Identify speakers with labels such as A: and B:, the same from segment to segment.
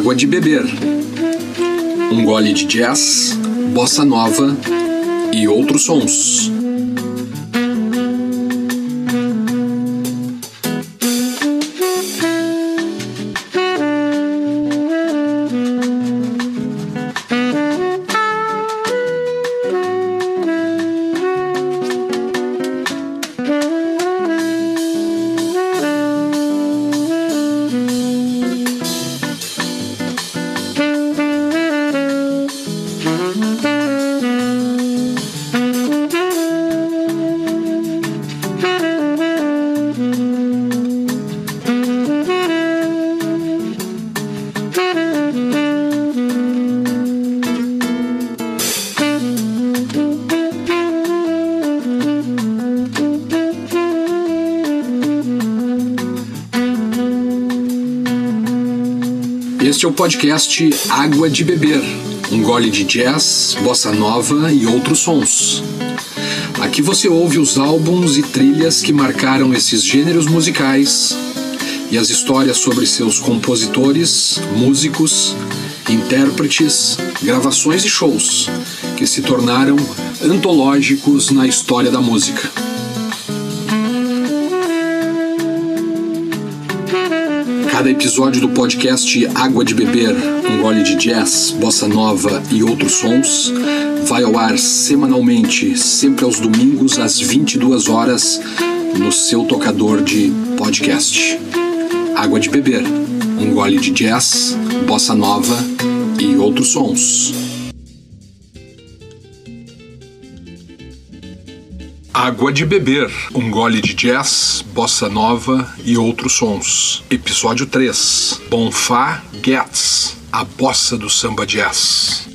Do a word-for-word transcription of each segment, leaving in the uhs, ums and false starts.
A: Água de beber. Um gole de jazz, bossa nova e outros sons. Este é o podcast Água de Beber, um gole de jazz, bossa nova e outros sons. Aqui você ouve os álbuns e trilhas que marcaram esses gêneros musicais e as histórias sobre seus compositores, músicos, intérpretes, gravações e shows que se tornaram antológicos na história da música. Cada episódio do podcast Água de Beber, um gole de jazz, bossa nova e outros sons, vai ao ar semanalmente, sempre aos domingos às vinte e duas horas, no seu tocador de podcast. Água de Beber, um gole de jazz, bossa nova e outros sons. Água de Beber, um gole de jazz, bossa nova e outros sons. Episódio três. Bonfá Getz, a bossa do samba jazz.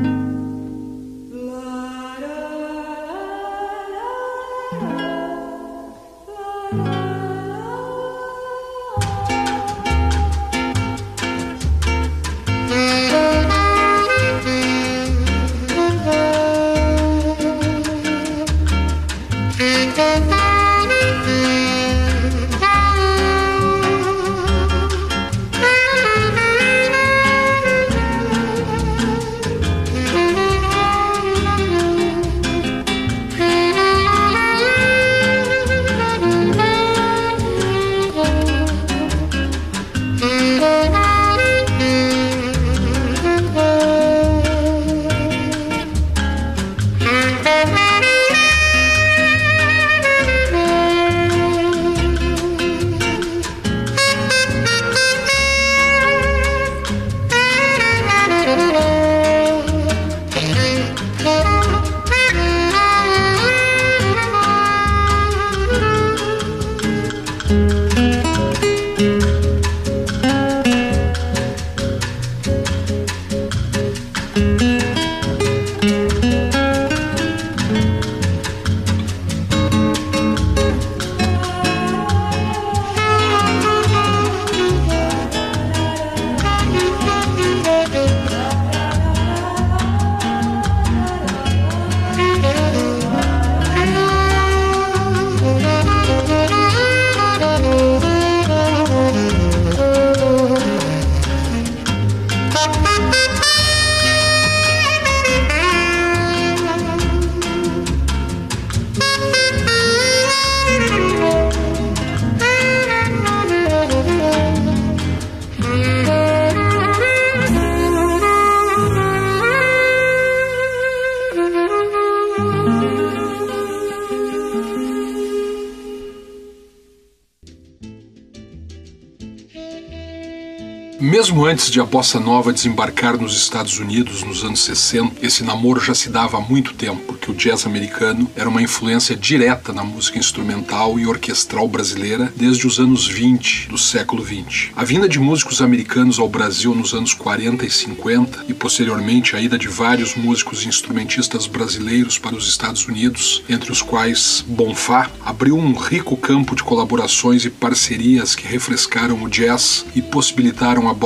A: Mesmo antes de a bossa nova desembarcar nos Estados Unidos nos anos sessenta, esse namoro já se dava há muito tempo, porque o jazz americano era uma influência direta na música instrumental e orquestral brasileira desde os anos vinte do século vinte. A vinda de músicos americanos ao Brasil nos anos quarenta e cinquenta e posteriormente a ida de vários músicos e instrumentistas brasileiros para os Estados Unidos, entre os quais Bonfá, abriu um rico campo de colaborações e parcerias que refrescaram o jazz e possibilitaram a bossa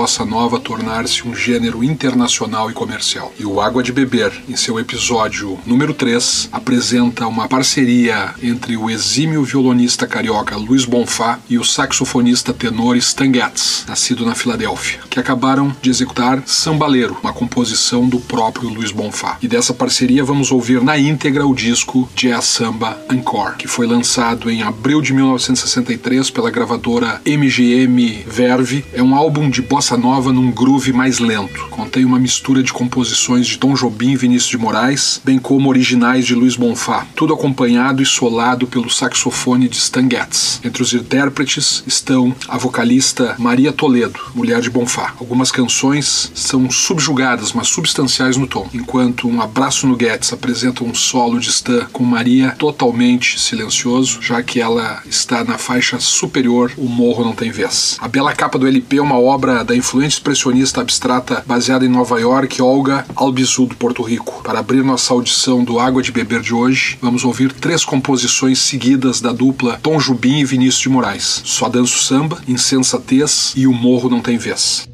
A: bossa nova tornar-se um gênero internacional e comercial. E o Água de Beber, em seu episódio número três, apresenta uma parceria entre o exímio violonista carioca Luiz Bonfá e o saxofonista tenor Stan Getz, nascido na Filadélfia, que acabaram de executar Sambaleiro, uma composição do próprio Luiz Bonfá. E dessa parceria vamos ouvir na íntegra o disco Jazz Samba Encore, que foi lançado em abril de mil novecentos e sessenta e três pela gravadora M G M Verve. É um álbum de bossa nova num groove mais lento. Contém uma mistura de composições de Tom Jobim e Vinícius de Moraes, bem como originais de Luiz Bonfá, tudo acompanhado e solado pelo saxofone de Stan Getz. Entre os intérpretes estão a vocalista Maria Toledo, mulher de Bonfá. Algumas canções são subjugadas, mas substanciais no tom, enquanto Um Abraço no Getz apresenta um solo de Stan com Maria totalmente silencioso, já que ela está na faixa superior, O Morro Não Tem Vez. A bela capa do L P é uma obra da influente expressionista abstrata baseada em Nova York, Olga Albizu, do Porto Rico. Para abrir nossa audição do Água de Beber de hoje, vamos ouvir três composições seguidas da dupla Tom Jobim e Vinícius de Moraes: Só Danço Samba, Insensatez e O Morro Não Tem Vez.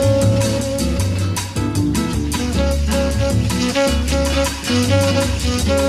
B: Thank you.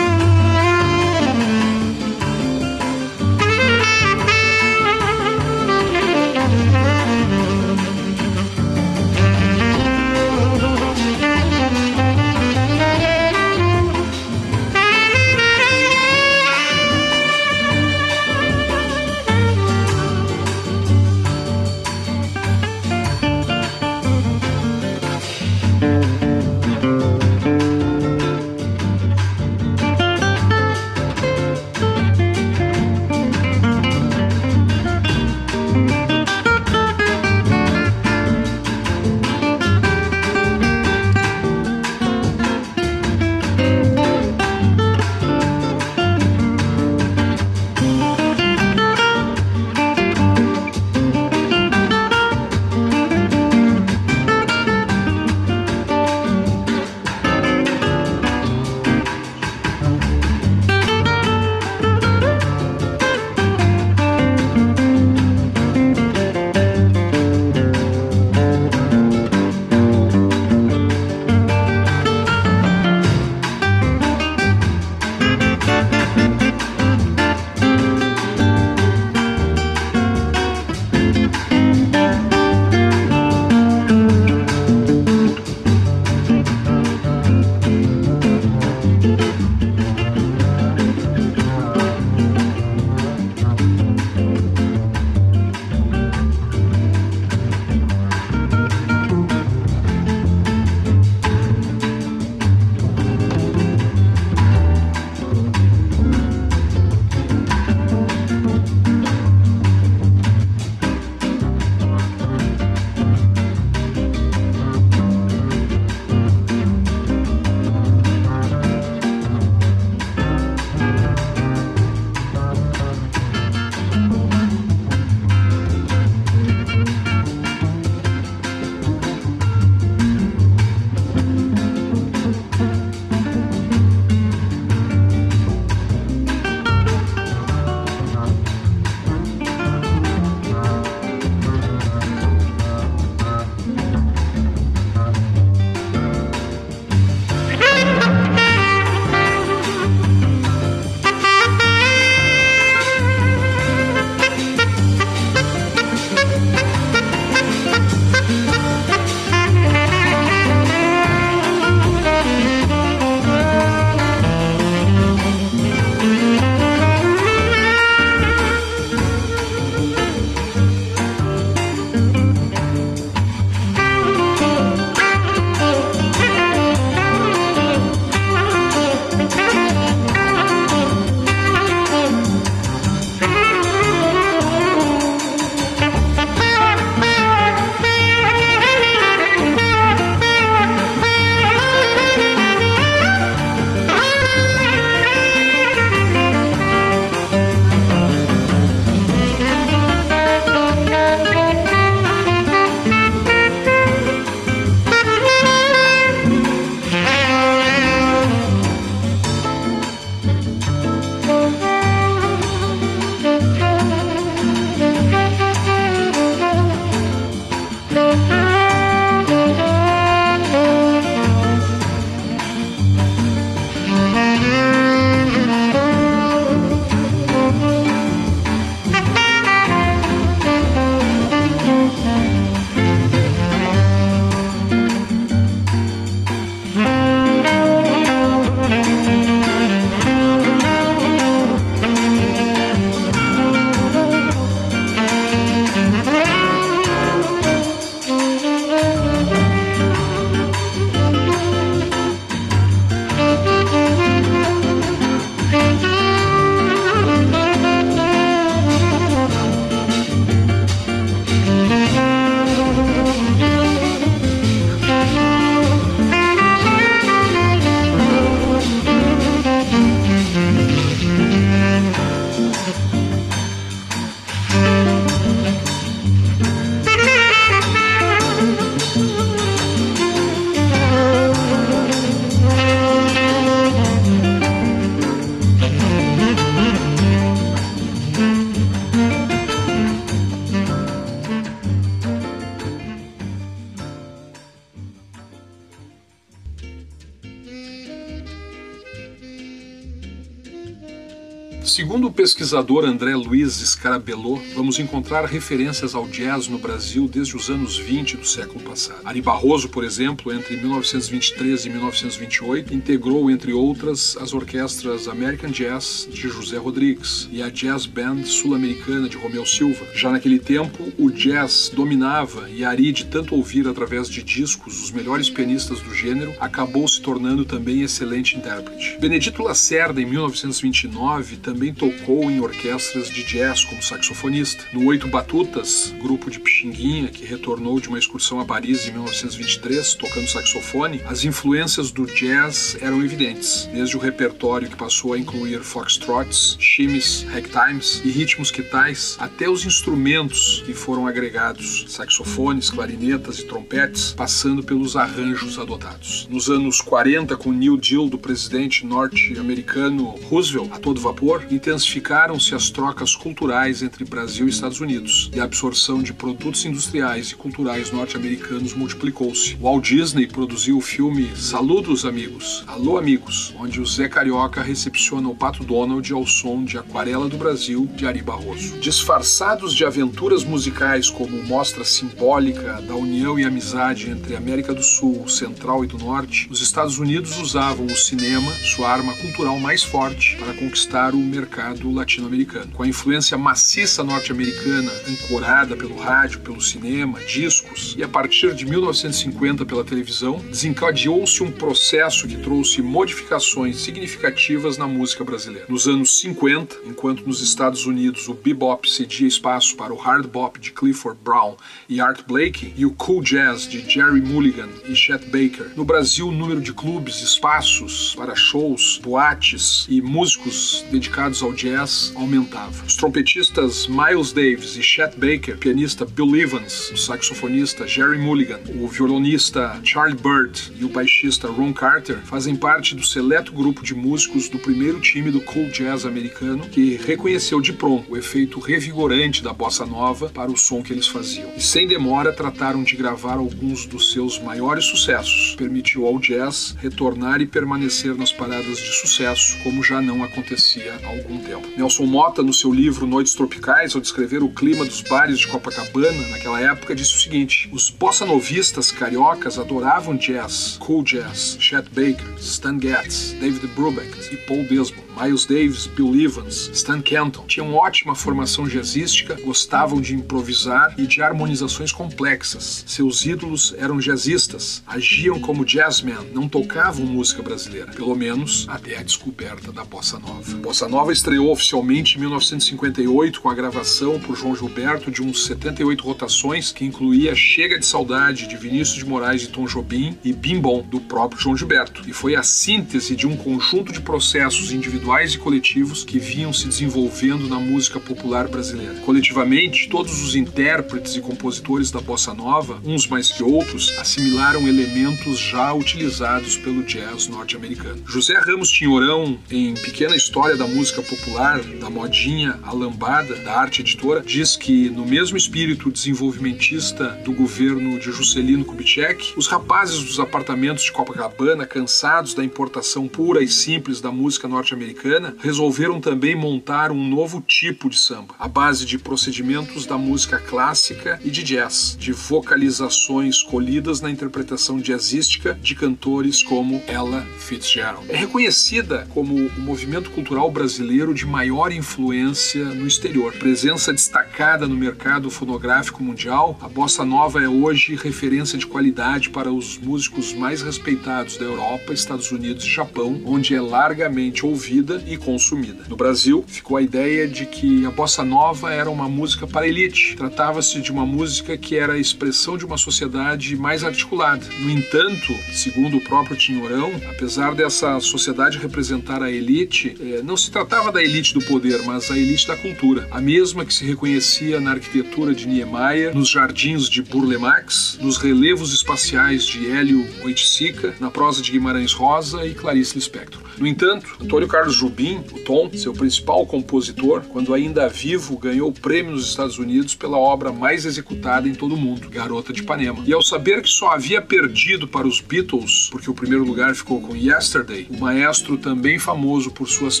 A: Segundo o pesquisador André Luiz Scarabello, vamos encontrar referências ao jazz no Brasil desde os anos vinte do século passado. Ari Barroso, por exemplo, entre mil novecentos e vinte e três e mil novecentos e vinte e oito, integrou, entre outras, as orquestras American Jazz de José Rodrigues e a Jazz Band Sul-Americana de Romeu Silva. Já naquele tempo, o jazz dominava e Ari, de tanto ouvir através de discos os melhores pianistas do gênero, acabou se tornando também excelente intérprete. Benedito Lacerda, em mil novecentos e vinte e nove, também tocou em orquestras de jazz como saxofonista. No Oito Batutas, grupo de Pixinguinha, que retornou de uma excursão a Paris em mil novecentos e vinte e três, tocando saxofone, as influências do jazz eram evidentes, desde o repertório que passou a incluir foxtrots, chimes, ragtimes e ritmos quitais, até os instrumentos que foram agregados, saxofones, clarinetas e trompetes, passando pelos arranjos adotados. Nos anos quarenta, com o New Deal do presidente norte-americano Roosevelt a todo vapor, intensificaram-se as trocas culturais entre Brasil e Estados Unidos, e a absorção de produtos industriais e culturais norte-americanos multiplicou-se. Walt Disney produziu o filme Saludos, Amigos, Alô, Amigos, onde o Zé Carioca recepciona o Pato Donald ao som de Aquarela do Brasil, de Ari Barroso. Disfarçados de aventuras musicais como mostra simbólica da união e amizade entre a América do Sul, Central e do Norte, os Estados Unidos usavam o cinema, sua arma cultural mais forte, para conquistar o mercado latino-americano. Com a influência maciça norte-americana, ancorada pelo rádio, pelo cinema, discos, e a partir de mil novecentos e cinquenta pela televisão, desencadeou-se um processo que trouxe modificações significativas na música brasileira. Nos anos cinquenta, enquanto nos Estados Unidos o bebop cedia espaço para o hard bop de Clifford Brown e Art Blakey e o cool jazz de Jerry Mulligan e Chet Baker, no Brasil o número de clubes, espaços para shows, boates e músicos dedicados ao jazz aumentava. Os trompetistas Miles Davis e Chet Baker, o pianista Bill Evans, o saxofonista Jerry Mulligan, o violonista Charlie Byrd e o baixista Ron Carter fazem parte do seleto grupo de músicos do primeiro time do cool jazz americano, que reconheceu de pronto o efeito revigorante da bossa nova para o som que eles faziam. E sem demora trataram de gravar alguns dos seus maiores sucessos. Permitiu ao jazz retornar e permanecer nas paradas de sucesso, como já não acontecia há algum tempo. Nelson Motta, no seu livro Noites Tropicais, ao descrever o clima dos bares de Copacabana naquela época, disse o seguinte: os bossa-novistas cariocas adoravam jazz, cool jazz, Chet Baker, Stan Getz, David Brubeck e Paul Desmond. Miles Davis, Bill Evans, Stan Kenton tinham ótima formação jazzística, gostavam de improvisar e de harmonizações complexas. Seus ídolos eram jazzistas, agiam como jazzmen, não tocavam música brasileira, pelo menos até a descoberta da bossa nova. A bossa nova estreou oficialmente em mil novecentos e cinquenta e oito com a gravação por João Gilberto de uns setenta e oito rotações, que incluía Chega de Saudade de Vinícius de Moraes e Tom Jobim e Bim Bom do próprio João Gilberto, e foi a síntese de um conjunto de processos individuais e coletivos que vinham se desenvolvendo na música popular brasileira. Coletivamente, todos os intérpretes e compositores da bossa nova, uns mais que outros, assimilaram elementos já utilizados pelo jazz norte-americano. José Ramos Tinhorão, em Pequena História da Música Popular, da modinha à lambada, da Arte Editora, diz que, no mesmo espírito desenvolvimentista do governo de Juscelino Kubitschek, os rapazes dos apartamentos de Copacabana, cansados da importação pura e simples da música norte-americana, resolveram também montar um novo tipo de samba, à base de procedimentos da música clássica e de jazz, de vocalizações colhidas na interpretação jazzística de cantores como Ella Fitzgerald. É reconhecida como o movimento cultural brasileiro de maior influência no exterior. Presença destacada no mercado fonográfico mundial, a bossa nova é hoje referência de qualidade para os músicos mais respeitados da Europa, Estados Unidos e Japão, onde é largamente ouvida e consumida. No Brasil, ficou a ideia de que a bossa nova era uma música para a elite. Tratava-se de uma música que era a expressão de uma sociedade mais articulada. No entanto, segundo o próprio Tinhorão, apesar dessa sociedade representar a elite, não se tratava da elite do poder, mas a elite da cultura. A mesma que se reconhecia na arquitetura de Niemeyer, nos jardins de Burle Marx, nos relevos espaciais de Hélio Oiticica, na prosa de Guimarães Rosa e Clarice Lispector. No entanto, Antônio Carlos Jobim, o Tom, seu principal compositor, quando ainda vivo, ganhou o prêmio nos Estados Unidos pela obra mais executada em todo o mundo, Garota de Ipanema. E ao saber que só havia perdido para os Beatles, porque o primeiro lugar ficou com Yesterday, o maestro, também famoso por suas tiradas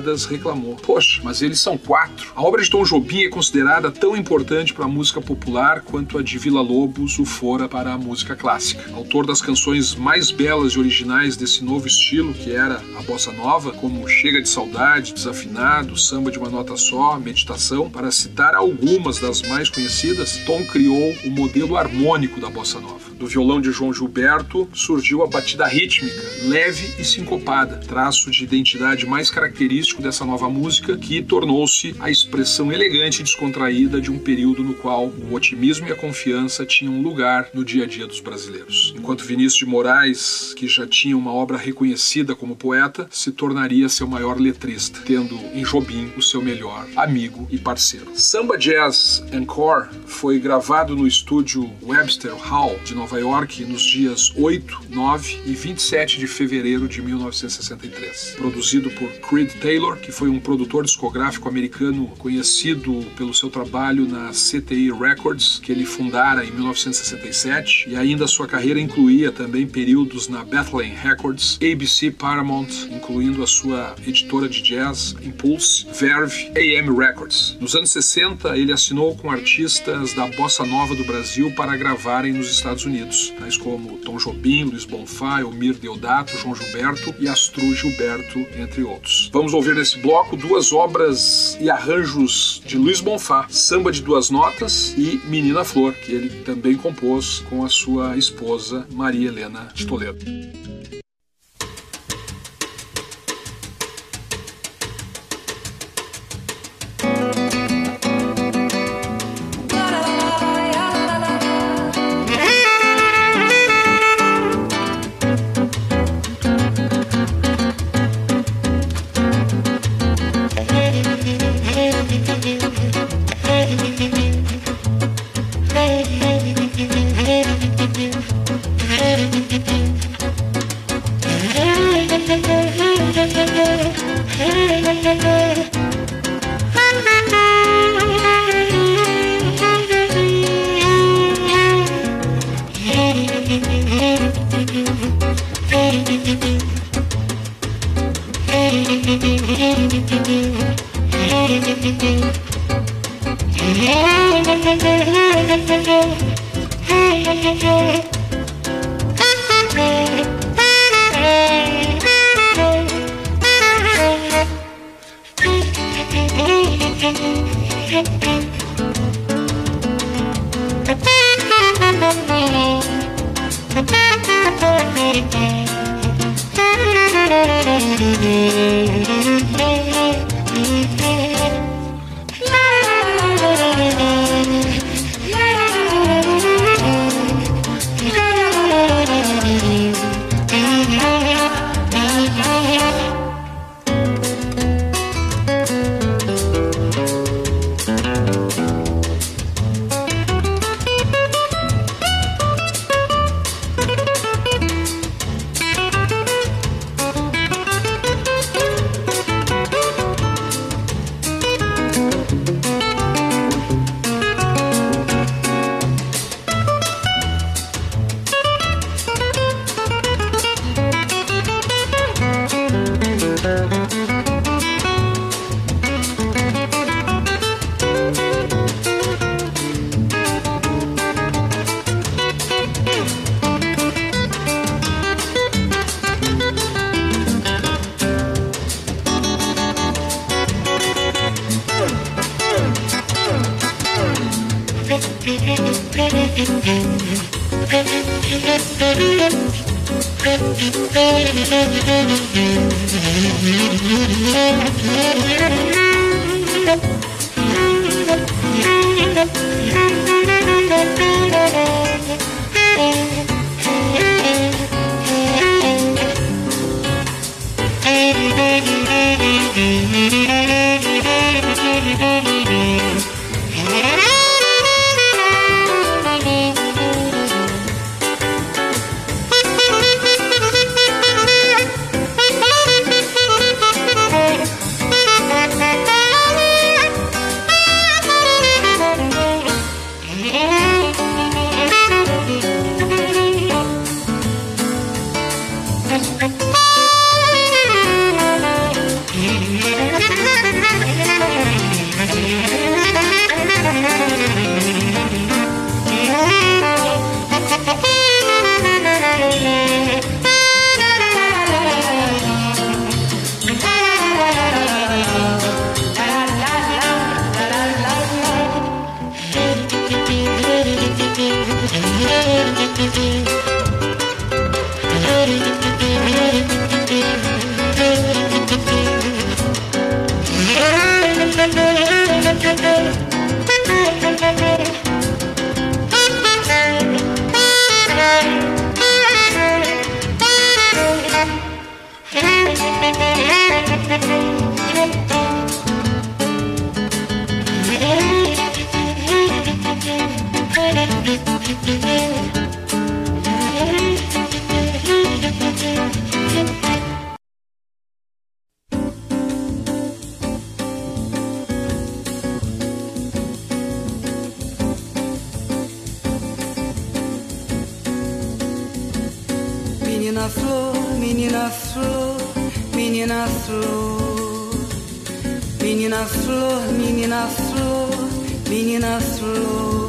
A: Caldas reclamou: poxa, mas eles são quatro. A obra de Tom Jobim é considerada tão importante para a música popular quanto a de Villa-Lobos o fora para a música clássica. Autor das canções mais belas e originais desse novo estilo, que era a bossa nova, como Chega de Saudade, Desafinado, Samba de uma Nota Só, Meditação, para citar algumas das mais conhecidas, Tom criou o modelo harmônico da bossa nova. Do violão de João Gilberto surgiu a batida rítmica, leve e sincopada, traço de identidade mais característico dessa nova música, que tornou-se a expressão elegante e descontraída de um período no qual o otimismo e a confiança tinham um lugar no dia a dia dos brasileiros. Enquanto Vinícius de Moraes, que já tinha uma obra reconhecida como poeta, se tornaria seu maior letrista, tendo em Jobim o seu melhor amigo e parceiro. Samba Jazz Encore foi gravado no estúdio Webster Hall de Nova York nos dias oito, nove e vinte e sete de fevereiro de mil novecentos e sessenta e três. Produzido por Creed Taylor, que foi um produtor discográfico americano conhecido pelo seu trabalho na C T I Records, que ele fundara em mil novecentos e sessenta e sete, e ainda sua carreira incluía também períodos na Bethlehem Records, A B C Paramount, incluindo a sua editora de jazz Impulse, Verve, A M Records. Nos anos sessenta, ele assinou com artistas da bossa nova do Brasil para gravarem nos Estados Unidos, tais como Tom Jobim, Luiz Bonfá, Elmir Deodato, João Gilberto e Astrud Gilberto, entre outros. Vamos ouvir nesse bloco duas obras e arranjos de Luiz Bonfá, Samba de Duas Notas e Menina Flor, que ele também compôs com a sua esposa Maria Helena de Toledo.
B: Thank you. flor, menina flor, menina flor, menina flor, menina flor, menina flor.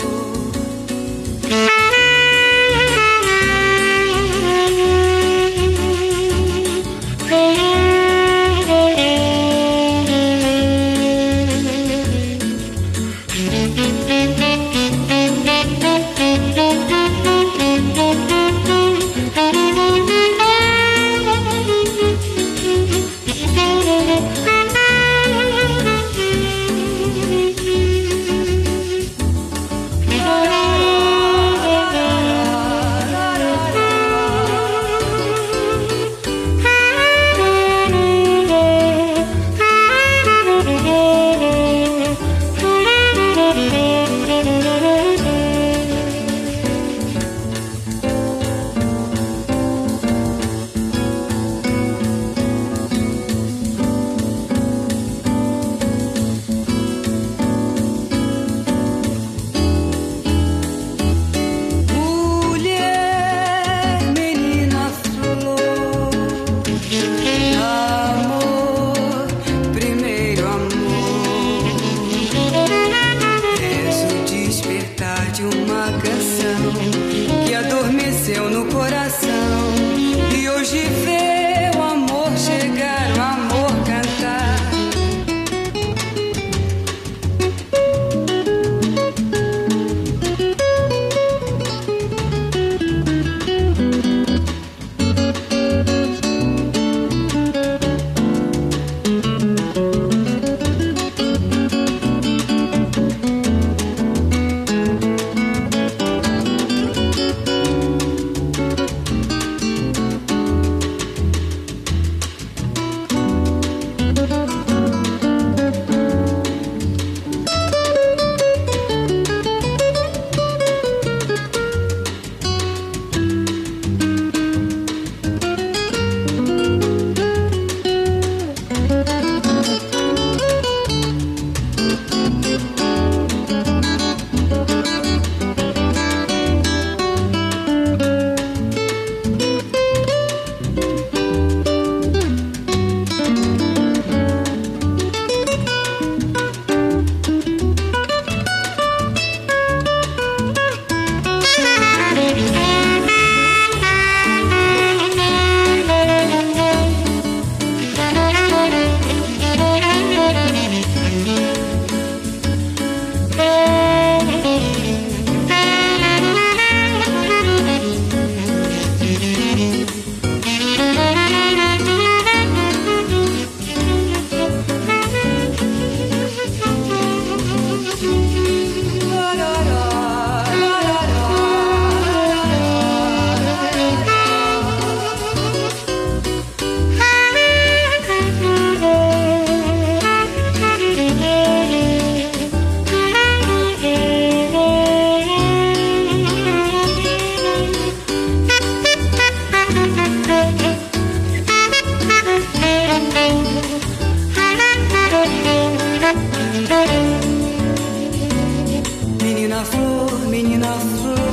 B: Menina flor, menina flor,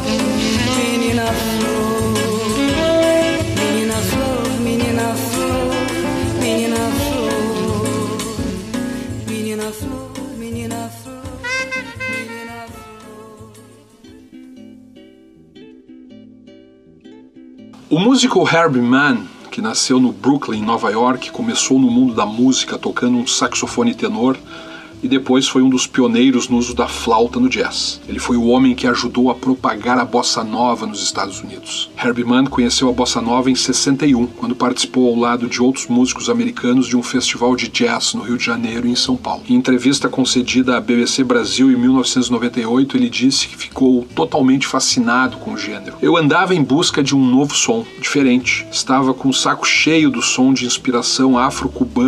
B: menina flor, menina flor, menina flor, menina flor, menina flor, menina flor, menina flor.
A: O músico Herbie Mann, que nasceu no Brooklyn, Nova York, começou no mundo da música tocando um saxofone tenor e depois foi um dos pioneiros no uso da flauta no jazz. Ele foi o homem que ajudou a propagar a bossa nova nos Estados Unidos. Herbie Mann conheceu a bossa nova em sessenta e um, quando participou ao lado de outros músicos americanos de um festival de jazz no Rio de Janeiro e em São Paulo. Em entrevista concedida à B B C Brasil em mil novecentos e noventa e oito, ele disse que ficou totalmente fascinado com o gênero. Eu andava em busca de um novo som, diferente. Estava com o saco cheio do som de inspiração afro-cubana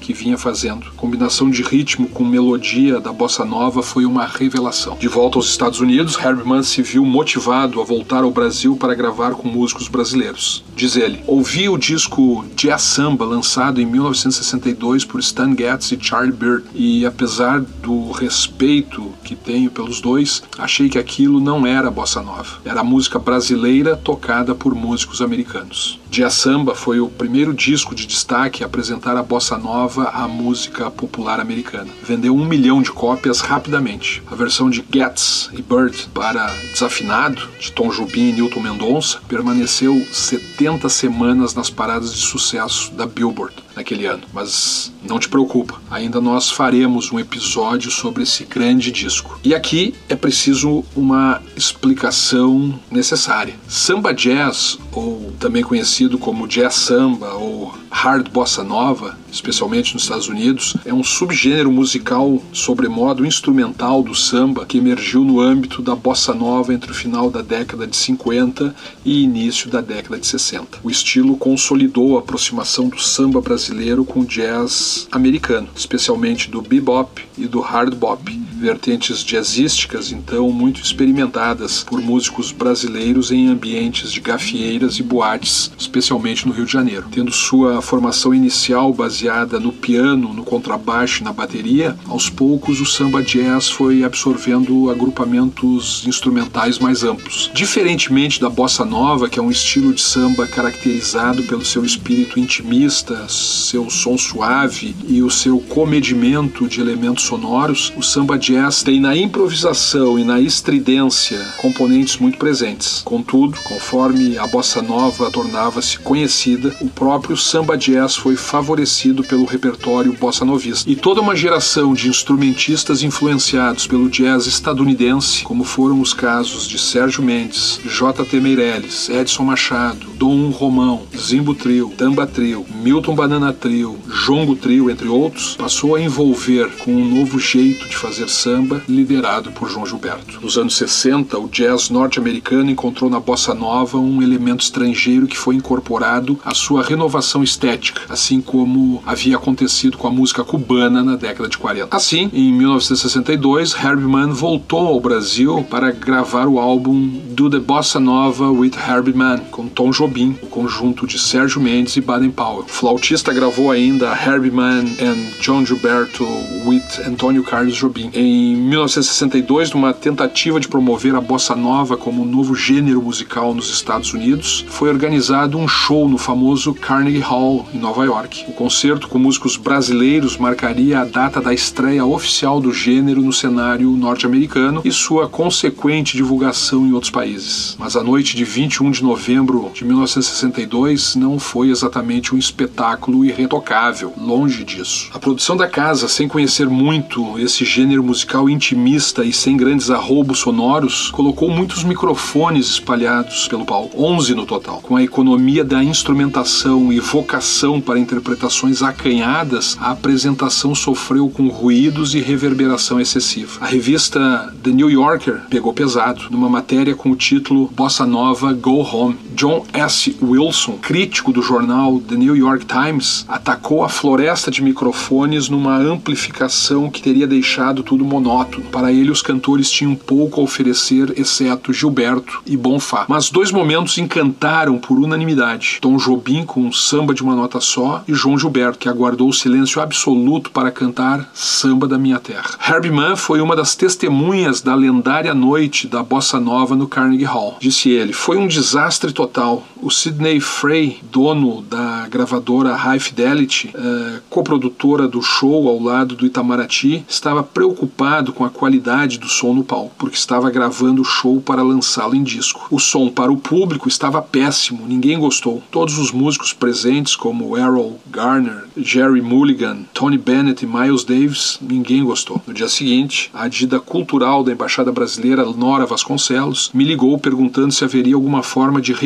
A: que vinha fazendo. A combinação de ritmo com melodia da bossa nova foi uma revelação. De volta aos Estados Unidos, Herbie Mann se viu motivado a voltar ao Brasil para gravar com músicos brasileiros. Diz ele: ouvi o disco Jazz Samba, lançado em mil novecentos e sessenta e dois por Stan Getz e Charlie Byrd, e apesar do respeito que tenho pelos dois, achei que aquilo não era bossa nova. Era música brasileira tocada por músicos americanos. Jazz Samba foi o primeiro disco de destaque a apresentar a bossa nova à música popular americana. Vendeu um milhão de cópias rapidamente. A versão de Getz e Byrd para Desafinado, de Tom Jobim e Newton Mendonça, permaneceu setenta semanas nas paradas de sucesso da Billboard naquele ano. Mas não te preocupa, ainda nós faremos um episódio sobre esse grande disco. E aqui é preciso uma explicação necessária. Samba Jazz, ou também conhecido como Jazz Samba ou Hard Bossa Nova, especialmente nos Estados Unidos, é um subgênero musical sobremodo instrumental do samba que emergiu no âmbito da bossa nova entre o final da década de cinquenta e início da década de sessenta. O estilo consolidou a aproximação do samba brasileiro com o jazz americano, especialmente do bebop e do hard bop, vertentes jazzísticas então muito experimentadas por músicos brasileiros em ambientes de gafieiras e boates, especialmente no Rio de Janeiro. Tendo sua formação inicial baseada no piano, no contrabaixo e na bateria, aos poucos o samba jazz foi absorvendo agrupamentos instrumentais mais amplos. Diferentemente da bossa nova, que é um estilo de samba caracterizado pelo seu espírito intimista, seu som suave e o seu comedimento de elementos sonoros, o samba jazz tem na improvisação e na estridência componentes muito presentes. Contudo, conforme a bossa nova tornava-se conhecida, o próprio samba jazz foi favorecido pelo repertório bossa novista. E toda uma geração de instrumentistas influenciados pelo jazz estadunidense, como foram os casos de Sérgio Mendes, J T Meirelles, Edson Machado, Dom Romão, Zimbo Trio, Tamba Trio, Milton Banana Trio, Jongo Trio, entre outros, passou a envolver com um novo jeito de fazer samba, liderado por João Gilberto. Nos anos sessenta, o jazz norte-americano encontrou na bossa nova um elemento estrangeiro que foi incorporado à sua renovação estética, assim como havia acontecido com a música cubana na década de quarenta. Assim, em mil novecentos e sessenta e dois, Herbie Mann voltou ao Brasil para gravar o álbum Do the Bossa Nova with Herbie Mann, com Tom Jobim, o conjunto de Sérgio Mendes e Baden Powell. O flautista gravou ainda Herbie Mann and João Gilberto with Antônio Carlos Jobim. Em mil novecentos e sessenta e dois, numa tentativa de promover a bossa nova como um novo gênero musical nos Estados Unidos, foi organizado um show no famoso Carnegie Hall, em Nova York. O concerto com músicos brasileiros marcaria a data da estreia oficial do gênero no cenário norte-americano e sua consequente divulgação em outros países. Mas a noite de vinte e um de novembro de mil novecentos e sessenta e dois não foi exatamente um espetáculo irretocável, longe disso. A produção da casa, sem conhecer muito esse gênero musical intimista e sem grandes arroubos sonoros, colocou muitos microfones espalhados pelo palco, onze no total. Com a economia da instrumentação e vocação para interpretações acanhadas, a apresentação sofreu com ruídos e reverberação excessiva. A revista The New Yorker pegou pesado, numa matéria com o título Bossa Nova Go Home. John S. Wilson, crítico do jornal The New York Times, atacou a floresta de microfones numa amplificação que teria deixado tudo monótono. Para ele, os cantores tinham pouco a oferecer, exceto Gilberto e Bonfá. Mas dois momentos encantaram por unanimidade: Tom Jobim com um samba de uma nota só e João Gilberto, que aguardou o silêncio absoluto para cantar Samba da Minha Terra. Herbie Mann foi uma das testemunhas da lendária noite da bossa nova no Carnegie Hall. Disse ele: foi um desastre total. O Sidney Frey, dono da gravadora High Fidelity, eh, coprodutora do show ao lado do Itamaraty, estava preocupado com a qualidade do som no palco, porque estava gravando o show para lançá-lo em disco. O som para o público estava péssimo, ninguém gostou. Todos os músicos presentes, como Errol Garner, Jerry Mulligan, Tony Bennett e Miles Davis, ninguém gostou. No dia seguinte, a adida cultural da Embaixada Brasileira, Nora Vasconcelos, me ligou perguntando se haveria alguma forma de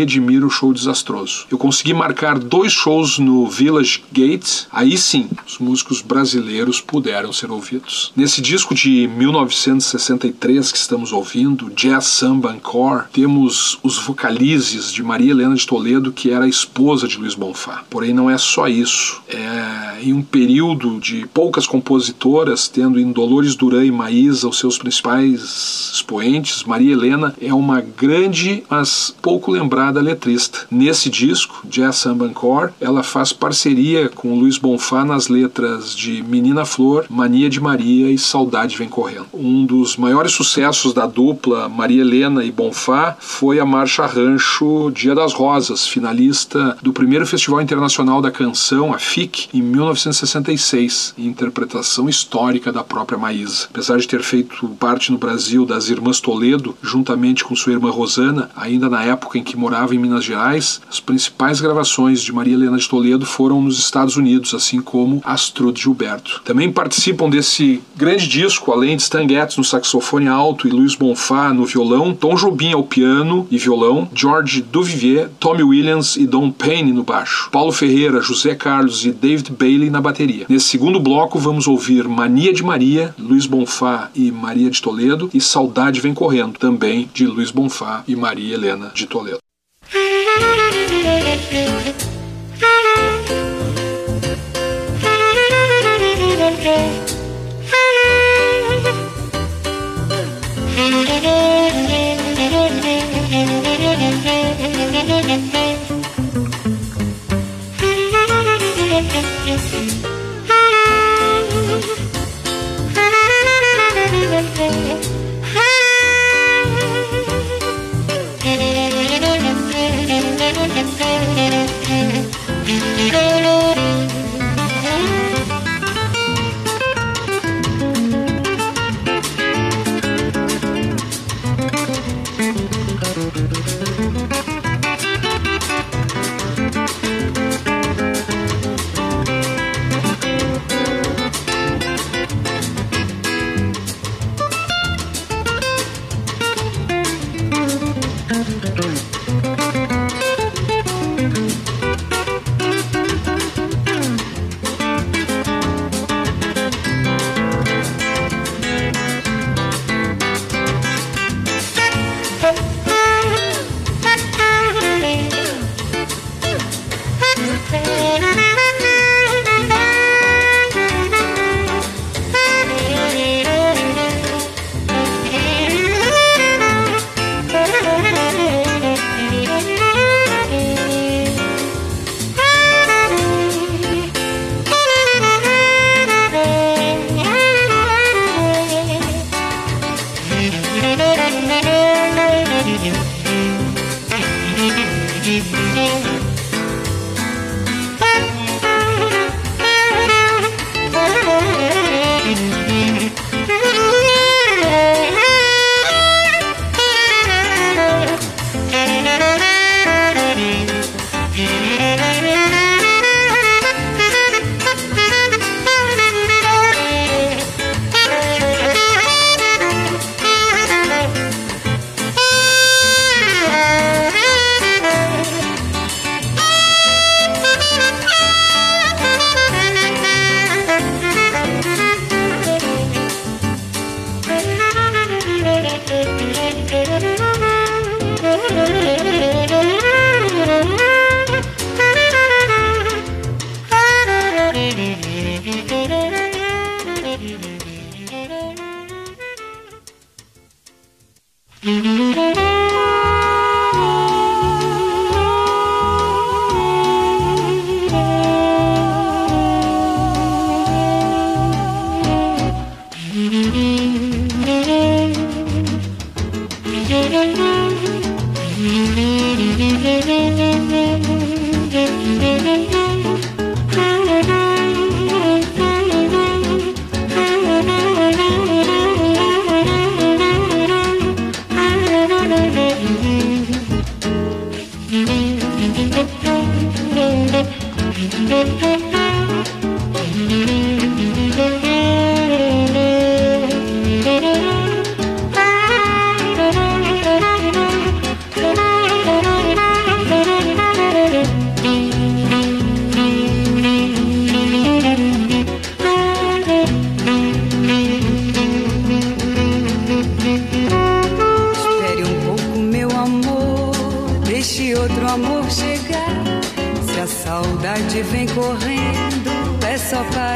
A: redimir o show desastroso. Eu consegui marcar dois shows no Village Gate, aí sim, os músicos brasileiros puderam ser ouvidos. Nesse disco de mil novecentos e sessenta e três que estamos ouvindo, Jazz Samba Encore, temos os vocalizes de Maria Helena de Toledo, que era a esposa de Luiz Bonfá. Porém, não é só isso. É, em um período de poucas compositoras, tendo em Dolores Duran e Maísa os seus principais expoentes, Maria Helena é uma grande, mas pouco lembrada letrista. Nesse disco, Jazz Samba Encore, ela faz parceria com Luiz Bonfá nas letras de Menina Flor, Mania de Maria e Saudade Vem Correndo. Um dos maiores sucessos da dupla Maria Helena e Bonfá foi a Marcha Rancho Dia das Rosas, finalista do primeiro Festival Internacional da Canção, a F I C, em mil novecentos e sessenta e seis, interpretação histórica da própria Maísa. Apesar de ter feito parte no Brasil das Irmãs Toledo, juntamente com sua irmã Rosana, ainda na época em que morava em Minas Gerais, as principais gravações de Maria Helena de Toledo foram nos Estados Unidos, assim como Astrud Gilberto. Também participam desse grande disco, além de Stan Getz no saxofone alto e Luiz Bonfá no violão, Tom Jobim ao piano e violão, George Duvivier, Tommy Williams e Don Payne no baixo, Paulo Ferreira, José Carlos e David Bailey na bateria. Nesse segundo bloco vamos ouvir Mania de Maria, Luiz Bonfá e Maria de Toledo, e Saudade Vem Correndo, também de Luiz Bonfá e Maria Helena de Toledo.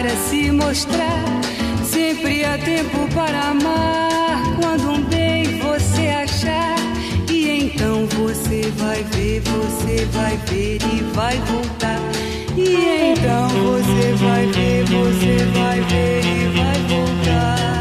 B: para se mostrar. Sempre há tempo para amar. Quando um bem você achar, e então você vai ver, você vai ver e vai voltar. E então você vai ver, você vai ver e vai voltar.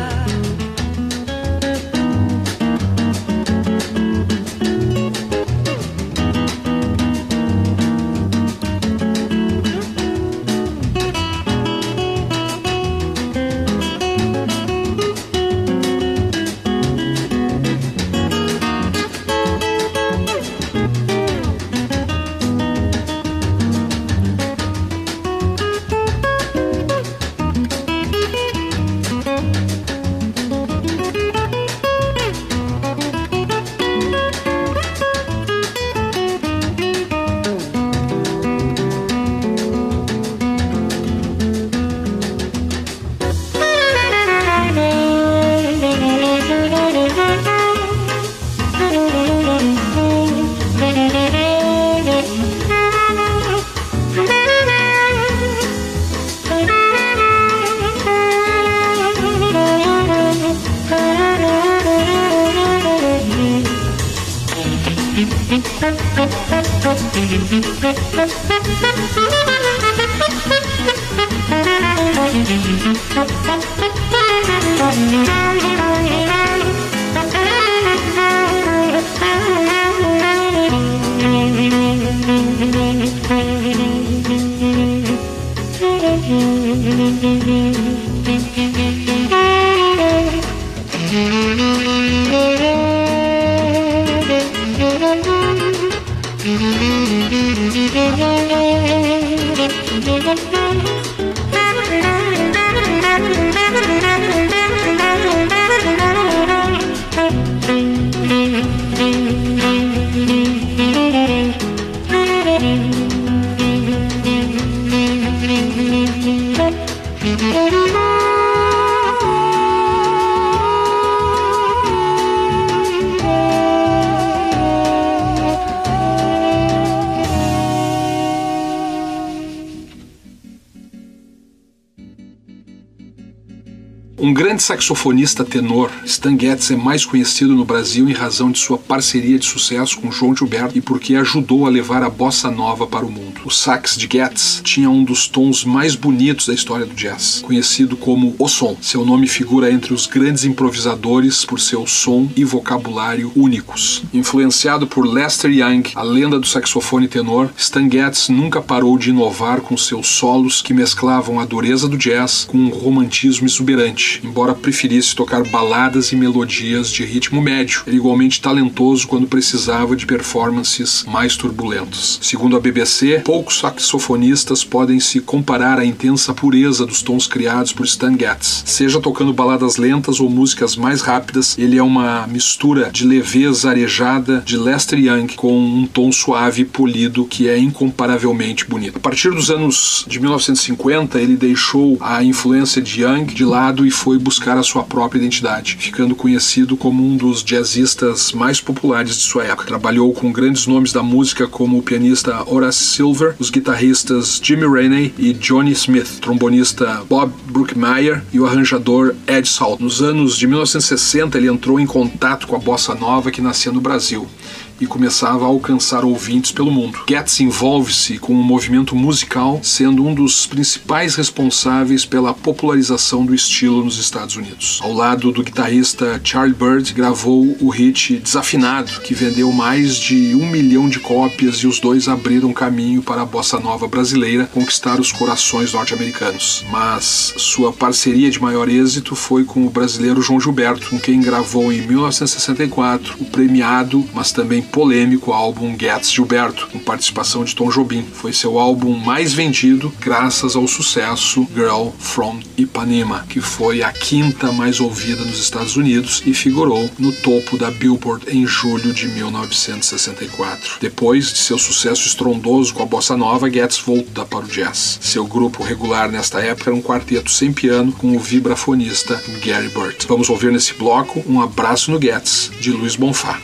A: Um grande saxofonista tenor, Stan Getz é mais conhecido no Brasil em razão de sua parceria de sucesso com João Gilberto e porque ajudou a levar a bossa nova para o mundo. O sax de Getz tinha um dos tons mais bonitos da história do jazz, conhecido como o som. Seu nome figura entre os grandes improvisadores por seu som e vocabulário únicos. Influenciado por Lester Young, a lenda do saxofone tenor, Stan Getz nunca parou de inovar com seus solos que mesclavam a dureza do jazz com um romantismo exuberante. Embora preferisse tocar baladas e melodias de ritmo médio, era igualmente talentoso quando precisava de performances mais turbulentas. Segundo a B B C, poucos saxofonistas podem se comparar à intensa pureza dos tons criados por Stan Getz. Seja tocando baladas lentas ou músicas mais rápidas, ele é uma mistura de leveza arejada de Lester Young com um tom suave e polido que é incomparavelmente bonito. A partir dos anos de mil novecentos e cinquenta, ele deixou a influência de Young de lado e foi buscar a sua própria identidade, ficando conhecido como um dos jazzistas mais populares de sua época. Trabalhou com grandes nomes da música como o pianista Horace Silver, os guitarristas Jimmy Rainey e Johnny Smith, trombonista Bob Brookmeyer e o arranjador Ed Salt. Nos anos de mil novecentos e sessenta, ele entrou em contato com a bossa nova que nascia no Brasil e começava a alcançar ouvintes pelo mundo. Getz envolve-se com o movimento musical, sendo um dos principais responsáveis pela popularização do estilo nos Estados Unidos. Ao lado do guitarrista Charlie Byrd, gravou o hit Desafinado, que vendeu mais de um milhão de cópias e os dois abriram caminho para a bossa nova brasileira conquistar os corações norte-americanos. Mas sua parceria de maior êxito foi com o brasileiro João Gilberto, com quem gravou em mil novecentos e sessenta e quatro o premiado, mas também polêmico álbum Getz Gilberto, com participação de Tom Jobim. Foi seu álbum mais vendido graças ao sucesso Girl from Ipanema, que foi a quinta mais ouvida nos Estados Unidos e figurou no topo da Billboard em julho de mil novecentos e sessenta e quatro. Depois de seu sucesso estrondoso com a bossa nova, Getz volta para o jazz. Seu grupo regular nesta época era um quarteto sem piano com o vibrafonista Gary Burt. Vamos ouvir nesse bloco Um Abraço no Getz, de Luiz Bonfá.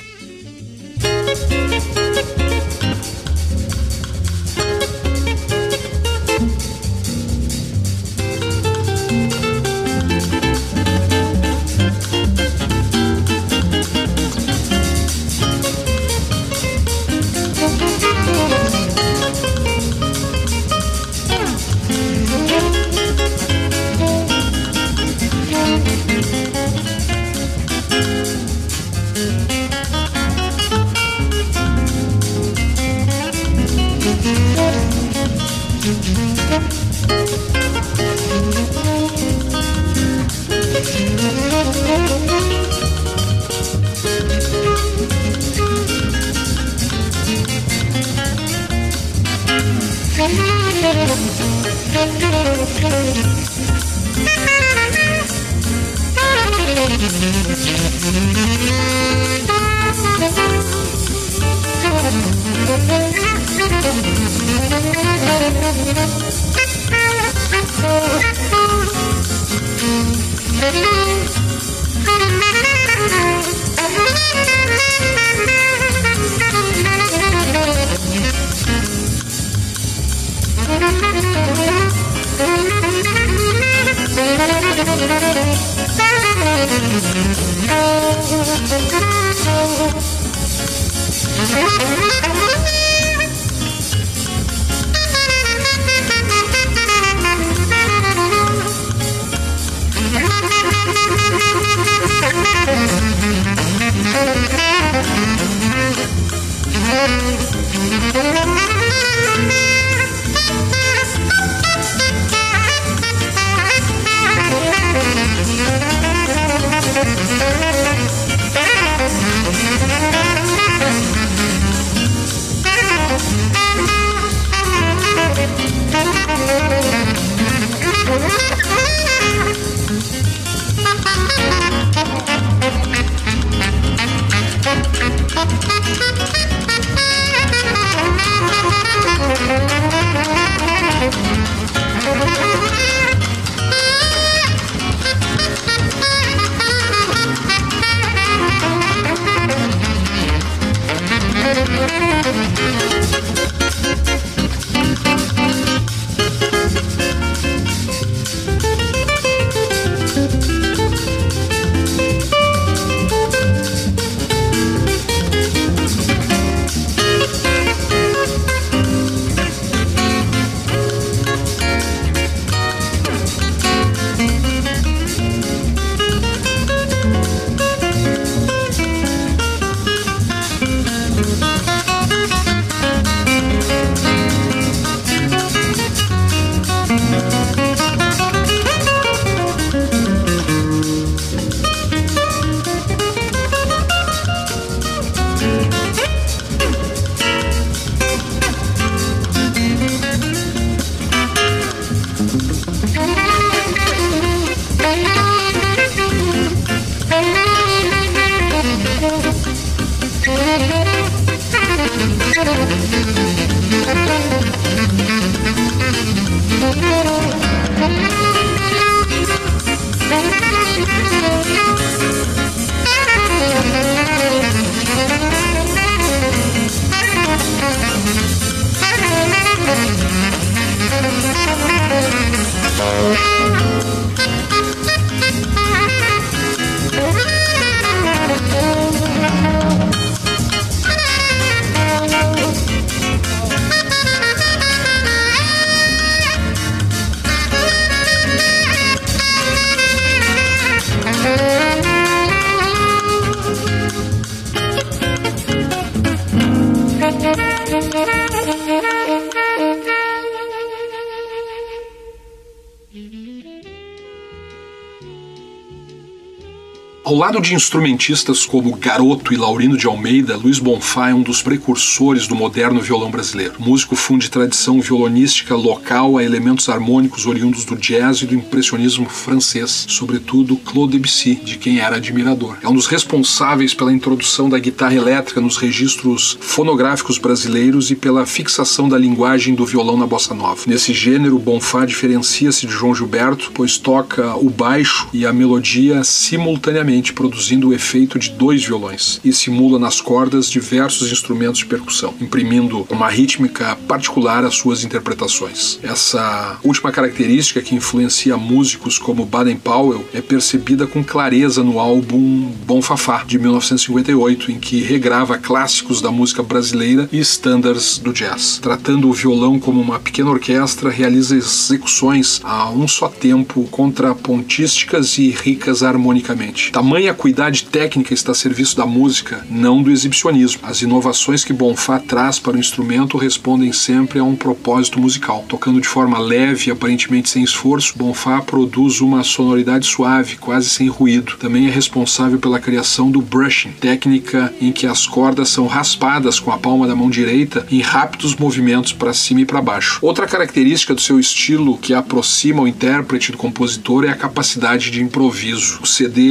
A: Ao lado de instrumentistas como Garoto e Laurindo de Almeida, Luiz Bonfá é um dos precursores do moderno violão brasileiro. O músico funde tradição violonística local a elementos harmônicos oriundos do jazz e do impressionismo francês, sobretudo Claude Debussy, de quem era admirador. É um dos responsáveis pela introdução da guitarra elétrica nos registros fonográficos brasileiros e pela fixação da linguagem do violão na bossa nova. Nesse gênero, Bonfá diferencia-se de João Gilberto, pois toca o baixo e a melodia simultaneamente, produzindo o efeito de dois violões, e simula nas cordas diversos instrumentos de percussão, imprimindo uma rítmica particular às suas interpretações. Essa última característica, que influencia músicos como Baden Powell, é percebida com clareza no álbum Bom Fafá, de mil novecentos e cinquenta e oito, em que regrava clássicos da música brasileira e standards do jazz. Tratando o violão como uma pequena orquestra, realiza execuções a um só tempo, contrapontísticas e ricas harmonicamente. Tamanha acuidade técnica está a serviço da música, não do exibicionismo. As inovações que Bonfá traz para o instrumento respondem sempre a um propósito musical. Tocando de forma leve e aparentemente sem esforço, Bonfá produz uma sonoridade suave, quase sem ruído. Também é responsável pela criação do brushing, técnica em que as cordas são raspadas com a palma da mão direita em rápidos movimentos para cima e para baixo. Outra característica do seu estilo que aproxima o intérprete do compositor é a capacidade de improviso. O C D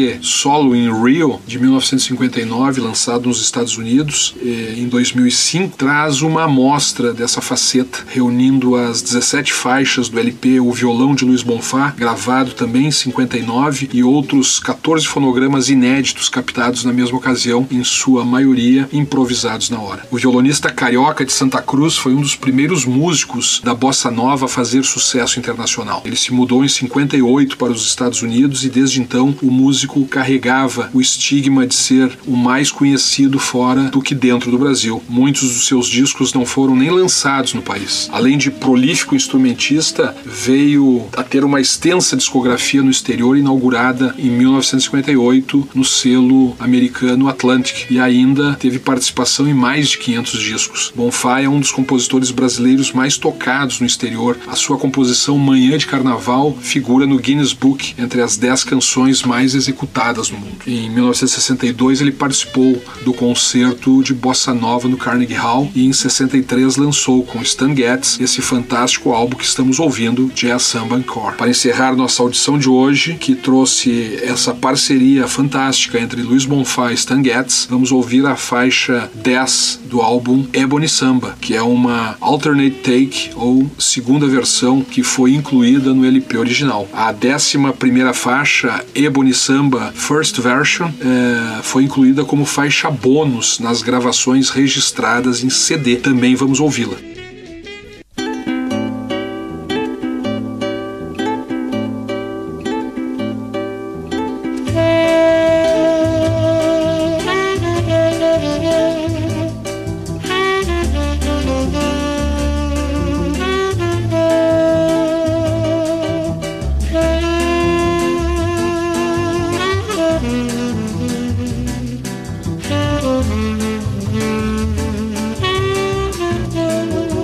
A: Solo in Rio, de mil novecentos e cinquenta e nove, lançado nos Estados Unidos em dois mil e cinco, traz uma amostra dessa faceta, reunindo as dezessete faixas do L P O Violão de Luiz Bonfá, gravado também em cinquenta e nove, e outros quatorze fonogramas inéditos captados na mesma ocasião, em sua maioria improvisados na hora. O violonista carioca de Santa Cruz foi um dos primeiros músicos da bossa nova a fazer sucesso internacional. Ele se mudou em cinquenta e oito para os Estados Unidos e desde então o músico carregava o estigma de ser o mais conhecido fora do que dentro do Brasil. Muitos dos seus discos não foram nem lançados no país. Além de prolífico instrumentista, veio a ter uma extensa discografia no exterior, inaugurada em mil novecentos e cinquenta e oito no selo americano Atlantic, e ainda teve participação em mais de quinhentos discos. Bonfá é um dos compositores brasileiros mais tocados no exterior. A sua composição Manhã de Carnaval figura no Guinness Book entre as dez canções mais executadas no mundo. Em mil novecentos e sessenta e dois ele participou do concerto de Bossa Nova no Carnegie Hall e em sessenta e três lançou com Stan Getz esse fantástico álbum que estamos ouvindo, Jazz Samba Encore. Para encerrar nossa audição de hoje, que trouxe essa parceria fantástica entre Luiz Bonfá e Stan Getz, vamos ouvir a faixa dez do álbum Ebony Samba, que é uma alternate take ou segunda versão que foi incluída no L P original. A décima primeira faixa, Ebony Samba First Version, é, foi incluída como faixa bônus nas gravações registradas em C D. Também vamos ouvi-la.
C: Thank you.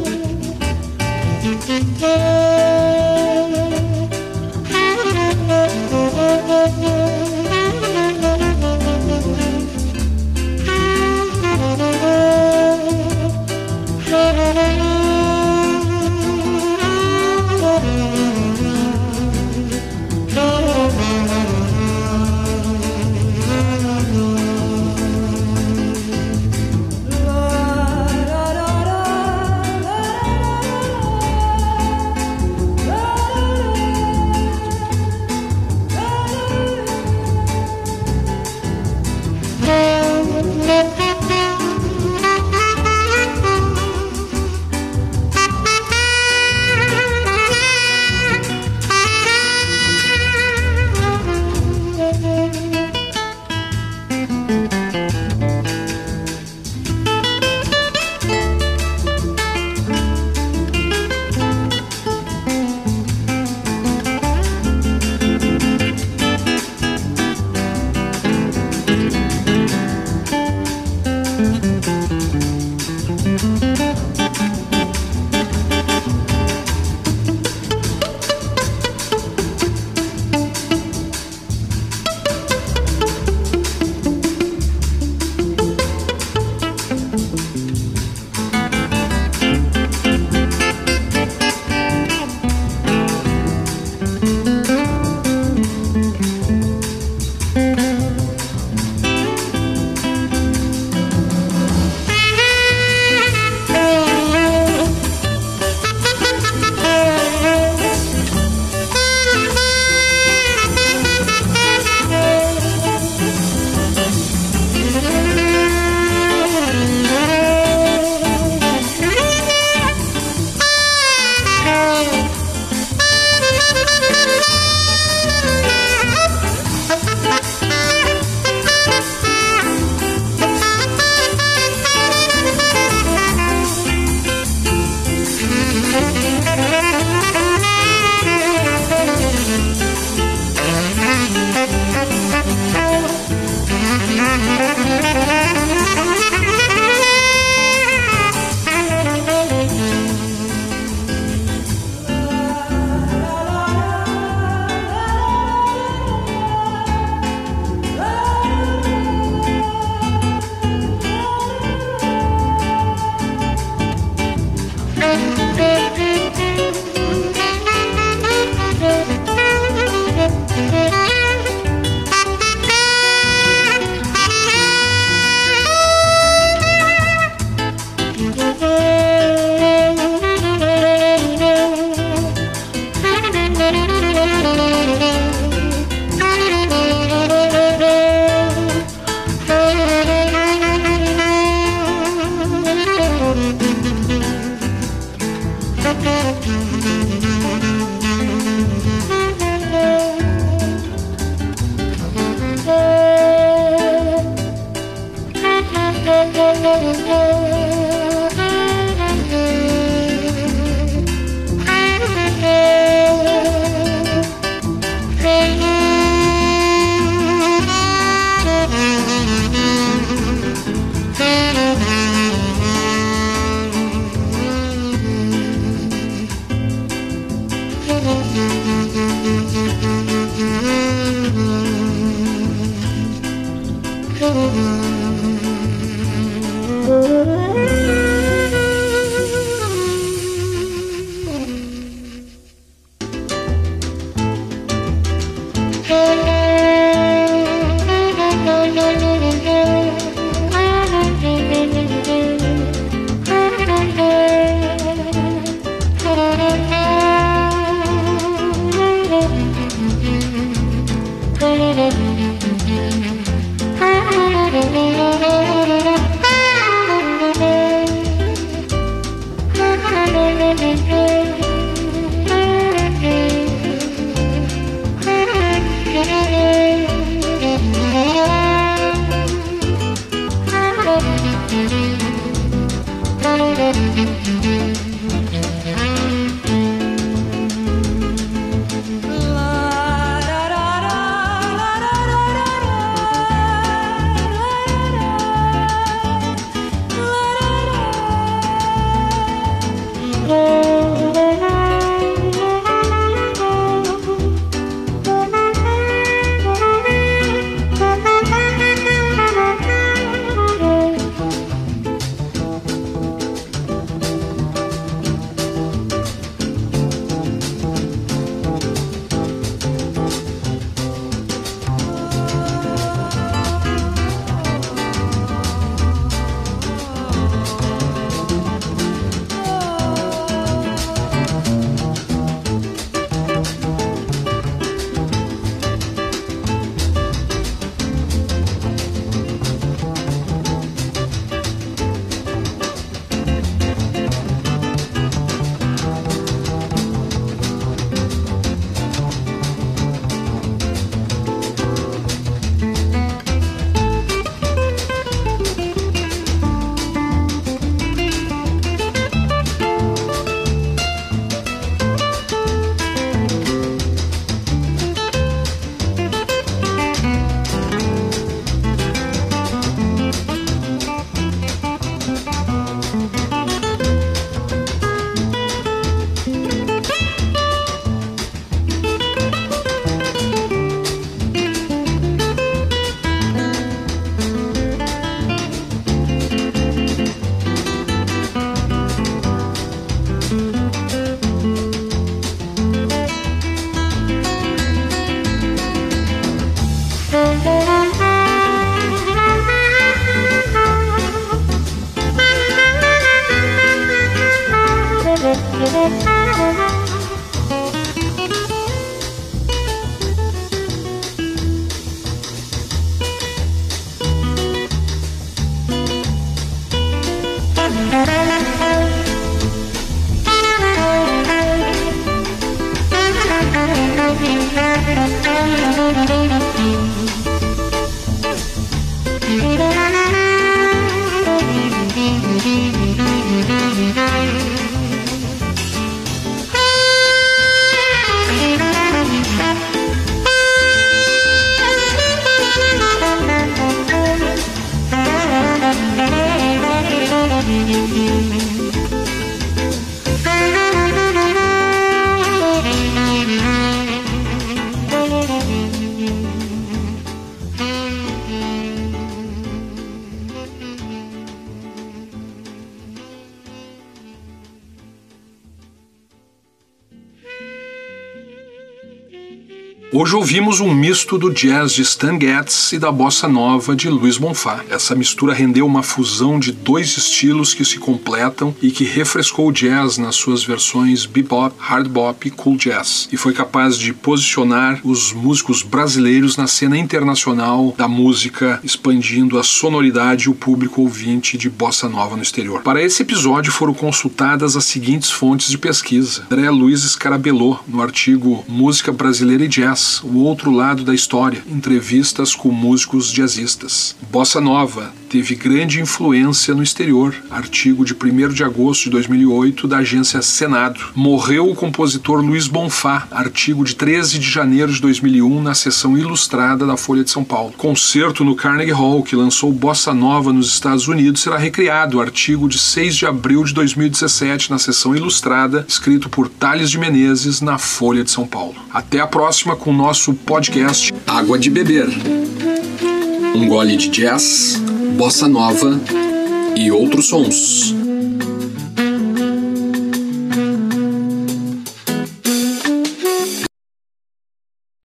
A: Hoje ouvimos um misto do jazz de Stan Getz e da bossa nova de Luiz Bonfá. Essa mistura rendeu uma fusão de dois estilos que se completam e que refrescou o jazz nas suas versões bebop, hard bop e cool jazz, e foi capaz de posicionar os músicos brasileiros na cena internacional da música, expandindo a sonoridade e o público ouvinte de bossa nova no exterior. Para esse episódio foram consultadas as seguintes fontes de pesquisa: André Luiz Scarabello, no artigo Música Brasileira e Jazz, O Outro Lado da História, entrevistas com músicos jazzistas. Bossa Nova teve grande influência no exterior, artigo de primeiro de agosto de dois mil e oito da agência Senado. Morreu o compositor Luiz Bonfá, artigo de treze de janeiro de dois mil e um na seção ilustrada da Folha de São Paulo. Concerto no Carnegie Hall, que lançou Bossa Nova nos Estados Unidos, será recriado, artigo de seis de abril de dois mil e dezessete na seção ilustrada, escrito por Thales de Menezes na Folha de São Paulo. Até a próxima com o nosso podcast Água de Beber. Um gole de jazz, bossa nova e outros sons.